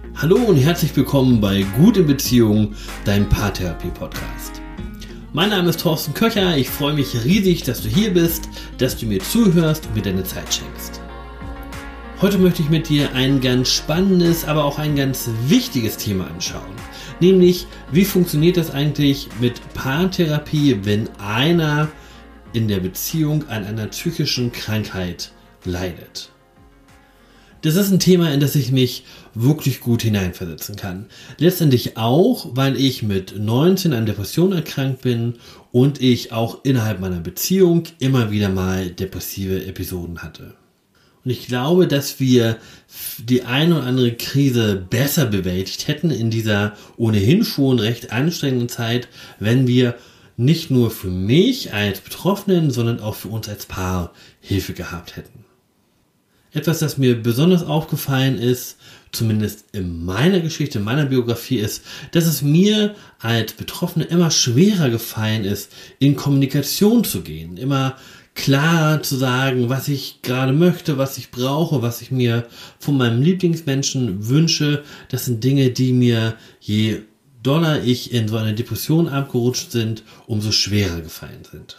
Hallo und herzlich willkommen bei Gut in Beziehung, deinem Paartherapie-Podcast. Mein Name ist Thorsten Köcher, ich freue mich riesig, dass du hier bist, dass du mir zuhörst und mir deine Zeit schenkst. Heute möchte ich mit dir ein ganz spannendes, aber auch ein ganz wichtiges Thema anschauen. Nämlich, wie funktioniert das eigentlich mit Paartherapie, wenn einer in der Beziehung an einer psychischen Krankheit leidet? Das ist ein Thema, in das ich mich wirklich gut hineinversetzen kann. Letztendlich auch, weil ich mit 19 an Depressionen erkrankt bin und ich auch innerhalb meiner Beziehung immer wieder mal depressive Episoden hatte. Und ich glaube, dass wir die eine oder andere Krise besser bewältigt hätten in dieser ohnehin schon recht anstrengenden Zeit, wenn wir nicht nur für mich als Betroffenen, sondern auch für uns als Paar Hilfe gehabt hätten. Etwas, das mir besonders aufgefallen ist, zumindest in meiner Geschichte, in meiner Biografie, ist, dass es mir als Betroffene immer schwerer gefallen ist, in Kommunikation zu gehen, immer klarer zu sagen, was ich gerade möchte, was ich brauche, was ich mir von meinem Lieblingsmenschen wünsche. Das sind Dinge, die mir, je doller ich in so eine Depression abgerutscht sind, umso schwerer gefallen sind.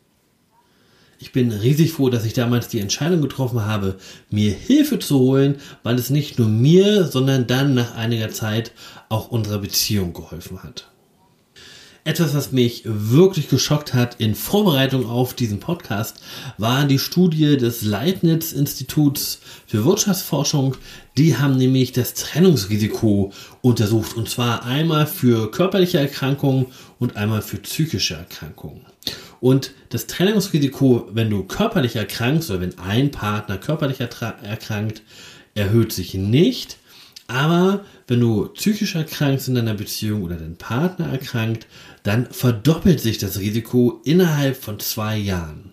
Ich bin riesig froh, dass ich damals die Entscheidung getroffen habe, mir Hilfe zu holen, weil es nicht nur mir, sondern dann nach einiger Zeit auch unserer Beziehung geholfen hat. Etwas, was mich wirklich geschockt hat in Vorbereitung auf diesen Podcast, war die Studie des Leibniz-Instituts für Wirtschaftsforschung. Die haben nämlich das Trennungsrisiko untersucht, und zwar einmal für körperliche Erkrankungen und einmal für psychische Erkrankungen. Und das Trennungsrisiko, wenn du körperlich erkrankst oder wenn ein Partner körperlich erkrankt, erhöht sich nicht. Aber wenn du psychisch erkrankst in deiner Beziehung oder dein Partner erkrankt, dann verdoppelt sich das Risiko innerhalb von 2 Jahren.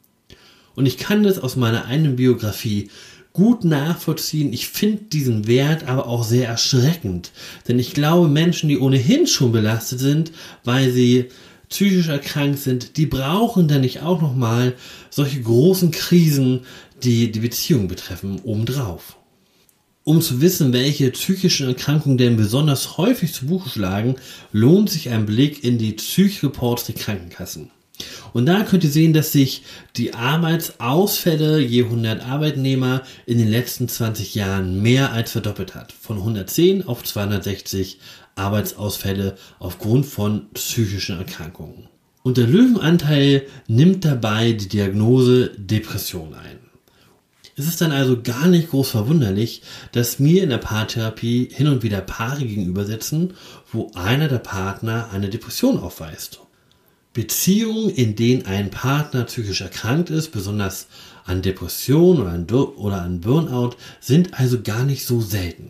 Und ich kann das aus meiner eigenen Biografie gut nachvollziehen. Ich finde diesen Wert aber auch sehr erschreckend. Denn ich glaube, Menschen, die ohnehin schon belastet sind, weil sie psychisch erkrankt sind, die brauchen dann nicht auch nochmal solche großen Krisen, die die Beziehung betreffen, obendrauf. Um zu wissen, welche psychischen Erkrankungen denn besonders häufig zu Buche schlagen, lohnt sich ein Blick in die Psychreports der Krankenkassen. Und da könnt ihr sehen, dass sich die Arbeitsausfälle je 100 Arbeitnehmer in den letzten 20 Jahren mehr als verdoppelt hat. Von 110 auf 260 Arbeitsausfälle aufgrund von psychischen Erkrankungen. Und der Löwenanteil nimmt dabei die Diagnose Depression ein. Es ist dann also gar nicht groß verwunderlich, dass mir in der Paartherapie hin und wieder Paare gegenüber sitzen, wo einer der Partner eine Depression aufweist. Beziehungen, in denen ein Partner psychisch erkrankt ist, besonders an Depression oder an Burnout, sind also gar nicht so selten.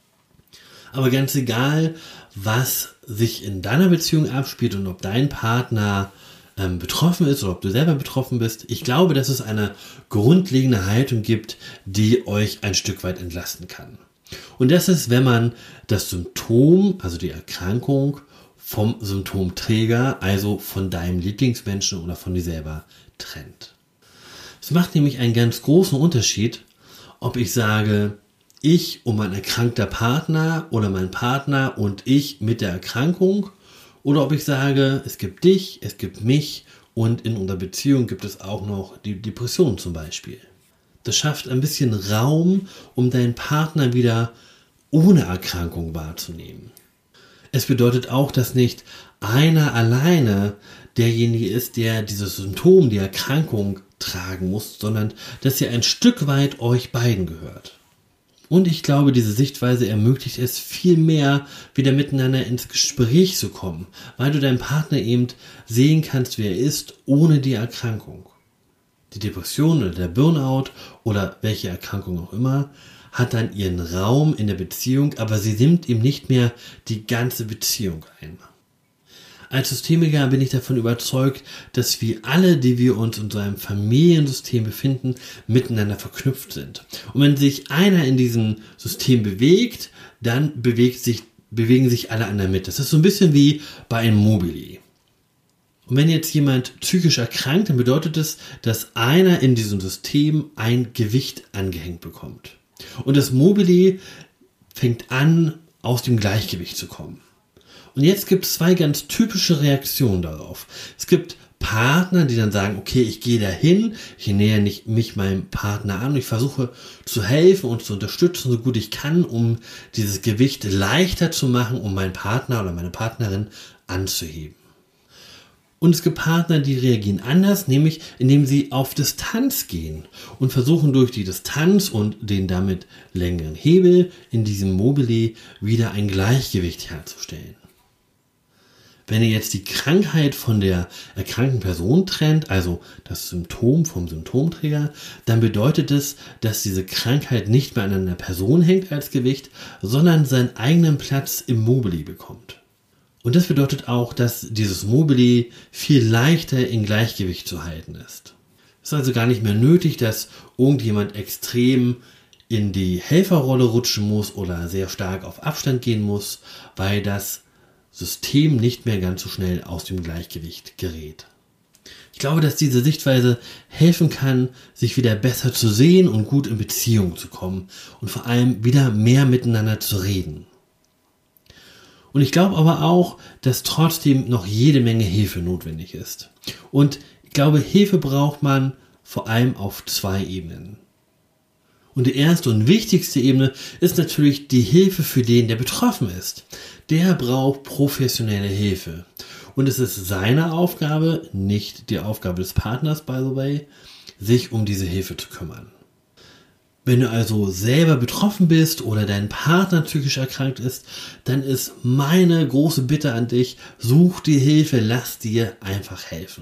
Aber ganz egal, was sich in deiner Beziehung abspielt und ob dein Partner betroffen ist oder ob du selber betroffen bist, ich glaube, dass es eine grundlegende Haltung gibt, die euch ein Stück weit entlasten kann. Und das ist, wenn man das Symptom, also die Erkrankung, vom Symptomträger, also von deinem Lieblingsmenschen oder von dir selber trennt. Es macht nämlich einen ganz großen Unterschied, ob ich sage, ich und mein erkrankter Partner oder mein Partner und ich mit der Erkrankung, oder ob ich sage, es gibt dich, es gibt mich und in unserer Beziehung gibt es auch noch die Depression zum Beispiel. Das schafft ein bisschen Raum, um deinen Partner wieder ohne Erkrankung wahrzunehmen. Es bedeutet auch, dass nicht einer alleine derjenige ist, der dieses Symptom, die Erkrankung tragen muss, sondern dass ihr ein Stück weit euch beiden gehört. Und ich glaube, diese Sichtweise ermöglicht es viel mehr, wieder miteinander ins Gespräch zu kommen, weil du deinen Partner eben sehen kannst, wer er ist, ohne die Erkrankung. Die Depression oder der Burnout oder welche Erkrankung auch immer hat dann ihren Raum in der Beziehung, aber sie nimmt ihm nicht mehr die ganze Beziehung ein. Als Systemiker bin ich davon überzeugt, dass wir alle, die wir uns in so einem Familiensystem befinden, miteinander verknüpft sind. Und wenn sich einer in diesem System bewegt, dann bewegen sich alle anderen mit. Das ist so ein bisschen wie bei einem Mobili. Und wenn jetzt jemand psychisch erkrankt, dann bedeutet es, dass einer in diesem System ein Gewicht angehängt bekommt. Und das Mobili fängt an, aus dem Gleichgewicht zu kommen. Und jetzt gibt es 2 ganz typische Reaktionen darauf. Es gibt Partner, die dann sagen, okay, ich gehe dahin, ich nähere mich meinem Partner an, ich versuche zu helfen und zu unterstützen, so gut ich kann, um dieses Gewicht leichter zu machen, um meinen Partner oder meine Partnerin anzuheben. Und es gibt Partner, die reagieren anders, nämlich indem sie auf Distanz gehen und versuchen durch die Distanz und den damit längeren Hebel in diesem Mobili wieder ein Gleichgewicht herzustellen. Wenn ihr jetzt die Krankheit von der erkrankten Person trennt, also das Symptom vom Symptomträger, dann bedeutet es, dass diese Krankheit nicht mehr an einer Person hängt als Gewicht, sondern seinen eigenen Platz im Mobili bekommt. Und das bedeutet auch, dass dieses Mobili viel leichter in Gleichgewicht zu halten ist. Es ist also gar nicht mehr nötig, dass irgendjemand extrem in die Helferrolle rutschen muss oder sehr stark auf Abstand gehen muss, weil das System nicht mehr ganz so schnell aus dem Gleichgewicht gerät. Ich glaube, dass diese Sichtweise helfen kann, sich wieder besser zu sehen und gut in Beziehung zu kommen und vor allem wieder mehr miteinander zu reden. Und ich glaube aber auch, dass trotzdem noch jede Menge Hilfe notwendig ist. Und ich glaube, Hilfe braucht man vor allem auf 2 Ebenen. Und die erste und wichtigste Ebene ist natürlich die Hilfe für den, der betroffen ist. Der braucht professionelle Hilfe. Und es ist seine Aufgabe, nicht die Aufgabe des Partners, by the way, sich um diese Hilfe zu kümmern. Wenn du also selber betroffen bist oder dein Partner psychisch erkrankt ist, dann ist meine große Bitte an dich, such dir Hilfe, lass dir einfach helfen.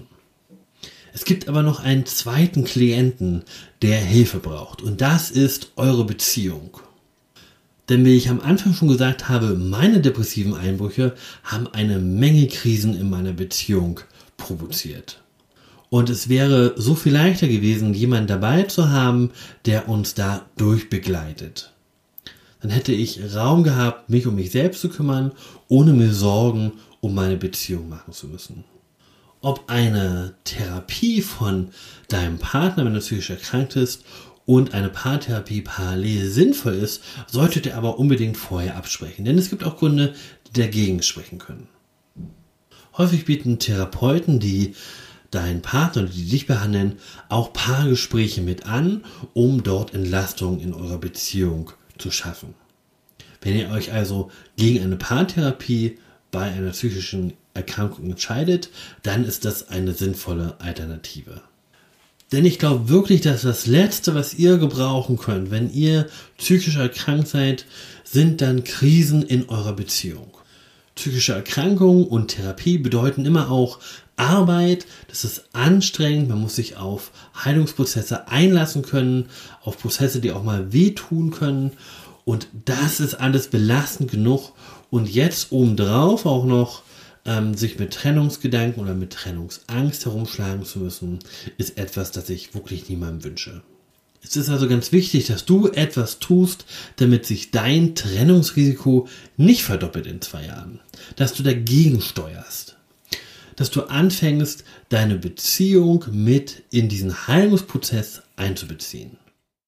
Es gibt aber noch einen zweiten Klienten, der Hilfe braucht, und das ist eure Beziehung. Denn wie ich am Anfang schon gesagt habe, meine depressiven Einbrüche haben eine Menge Krisen in meiner Beziehung provoziert. Und es wäre so viel leichter gewesen, jemanden dabei zu haben, der uns da durchbegleitet. Dann hätte ich Raum gehabt, mich um mich selbst zu kümmern, ohne mir Sorgen um meine Beziehung machen zu müssen. Ob eine Therapie von deinem Partner, wenn er psychisch erkrankt ist, und eine Paartherapie parallel sinnvoll ist, solltet ihr aber unbedingt vorher absprechen. Denn es gibt auch Gründe, die dagegen sprechen können. Häufig bieten Therapeuten, die deinen Partner oder die dich behandeln, auch Paargespräche mit an, um dort Entlastung in eurer Beziehung zu schaffen. Wenn ihr euch also gegen eine Paartherapie bei einer psychischen Erkrankung entscheidet, dann ist das eine sinnvolle Alternative. Denn ich glaube wirklich, dass das Letzte, was ihr gebrauchen könnt, wenn ihr psychisch erkrankt seid, sind dann Krisen in eurer Beziehung. Psychische Erkrankungen und Therapie bedeuten immer auch Arbeit, das ist anstrengend, man muss sich auf Heilungsprozesse einlassen können, auf Prozesse, die auch mal wehtun können, und das ist alles belastend genug, und jetzt obendrauf auch noch sich mit Trennungsgedanken oder mit Trennungsangst herumschlagen zu müssen, ist etwas, das ich wirklich niemandem wünsche. Es ist also ganz wichtig, dass du etwas tust, damit sich dein Trennungsrisiko nicht verdoppelt in 2 Jahren. Dass du dagegen steuerst. Dass du anfängst, deine Beziehung mit in diesen Heilungsprozess einzubeziehen.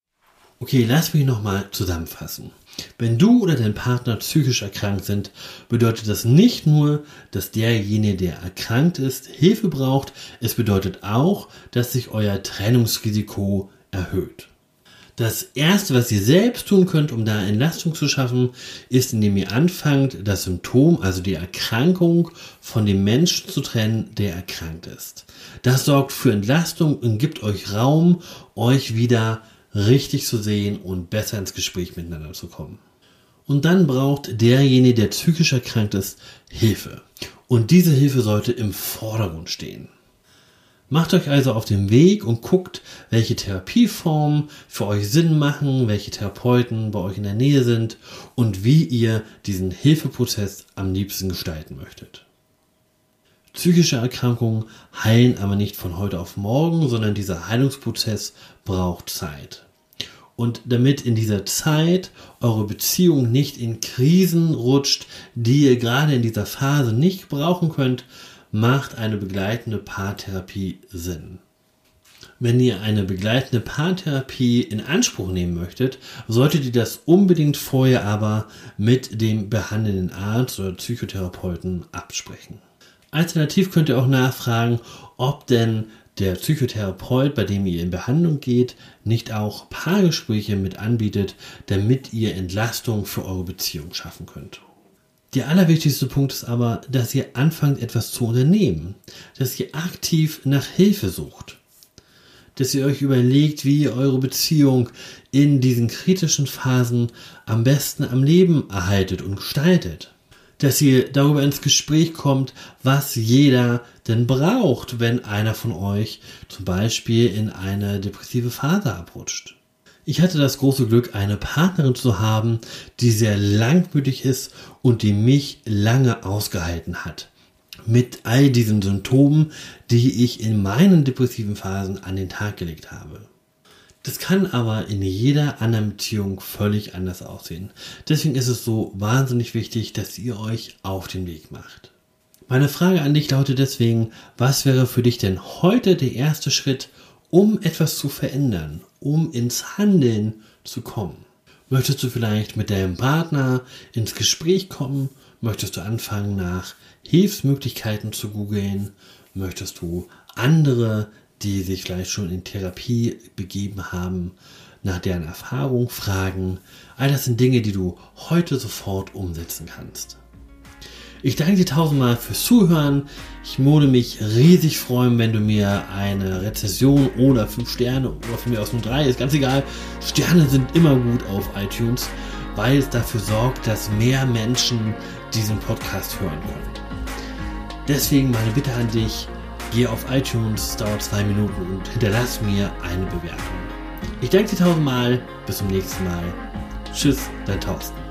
Okay, lass mich nochmal zusammenfassen. Wenn du oder dein Partner psychisch erkrankt sind, bedeutet das nicht nur, dass derjenige, der erkrankt ist, Hilfe braucht, es bedeutet auch, dass sich euer Trennungsrisiko erhöht. Das Erste, was ihr selbst tun könnt, um da Entlastung zu schaffen, ist, indem ihr anfangt, das Symptom, also die Erkrankung, von dem Menschen zu trennen, der erkrankt ist. Das sorgt für Entlastung und gibt euch Raum, euch wieder richtig zu sehen und besser ins Gespräch miteinander zu kommen. Und dann braucht derjenige, der psychisch erkrankt ist, Hilfe. Und diese Hilfe sollte im Vordergrund stehen. Macht euch also auf den Weg und guckt, welche Therapieformen für euch Sinn machen, welche Therapeuten bei euch in der Nähe sind und wie ihr diesen Hilfeprozess am liebsten gestalten möchtet. Psychische Erkrankungen heilen aber nicht von heute auf morgen, sondern dieser Heilungsprozess braucht Zeit. Und damit in dieser Zeit eure Beziehung nicht in Krisen rutscht, die ihr gerade in dieser Phase nicht brauchen könnt, macht eine begleitende Paartherapie Sinn. Wenn ihr eine begleitende Paartherapie in Anspruch nehmen möchtet, solltet ihr das unbedingt vorher aber mit dem behandelnden Arzt oder Psychotherapeuten absprechen. Alternativ könnt ihr auch nachfragen, ob denn der Psychotherapeut, bei dem ihr in Behandlung geht, nicht auch Paargespräche mit anbietet, damit ihr Entlastung für eure Beziehung schaffen könnt. Der allerwichtigste Punkt ist aber, dass ihr anfangt, etwas zu unternehmen, dass ihr aktiv nach Hilfe sucht, dass ihr euch überlegt, wie ihr eure Beziehung in diesen kritischen Phasen am besten am Leben erhaltet und gestaltet. Dass ihr darüber ins Gespräch kommt, was jeder denn braucht, wenn einer von euch zum Beispiel in eine depressive Phase abrutscht. Ich hatte das große Glück, eine Partnerin zu haben, die sehr langmütig ist und die mich lange ausgehalten hat. Mit all diesen Symptomen, die ich in meinen depressiven Phasen an den Tag gelegt habe. Das kann aber in jeder anderen Beziehung völlig anders aussehen. Deswegen ist es so wahnsinnig wichtig, dass ihr euch auf den Weg macht. Meine Frage an dich lautet deswegen, was wäre für dich denn heute der erste Schritt, um etwas zu verändern, um ins Handeln zu kommen? Möchtest du vielleicht mit deinem Partner ins Gespräch kommen? Möchtest du anfangen, nach Hilfsmöglichkeiten zu googeln? Möchtest du andere, die sich vielleicht schon in Therapie begeben haben, nach deren Erfahrung fragen? All das sind Dinge, die du heute sofort umsetzen kannst. Ich danke dir tausendmal fürs Zuhören. Ich würde mich riesig freuen, wenn du mir eine Rezension oder 5 Sterne oder von mir aus nur 3, ist ganz egal. Sterne sind immer gut auf iTunes, weil es dafür sorgt, dass mehr Menschen diesen Podcast hören können. Deswegen meine Bitte an dich, geh auf iTunes, es dauert 2 Minuten und hinterlass mir eine Bewertung. Ich danke dir tausendmal, bis zum nächsten Mal. Tschüss, dein Thorsten.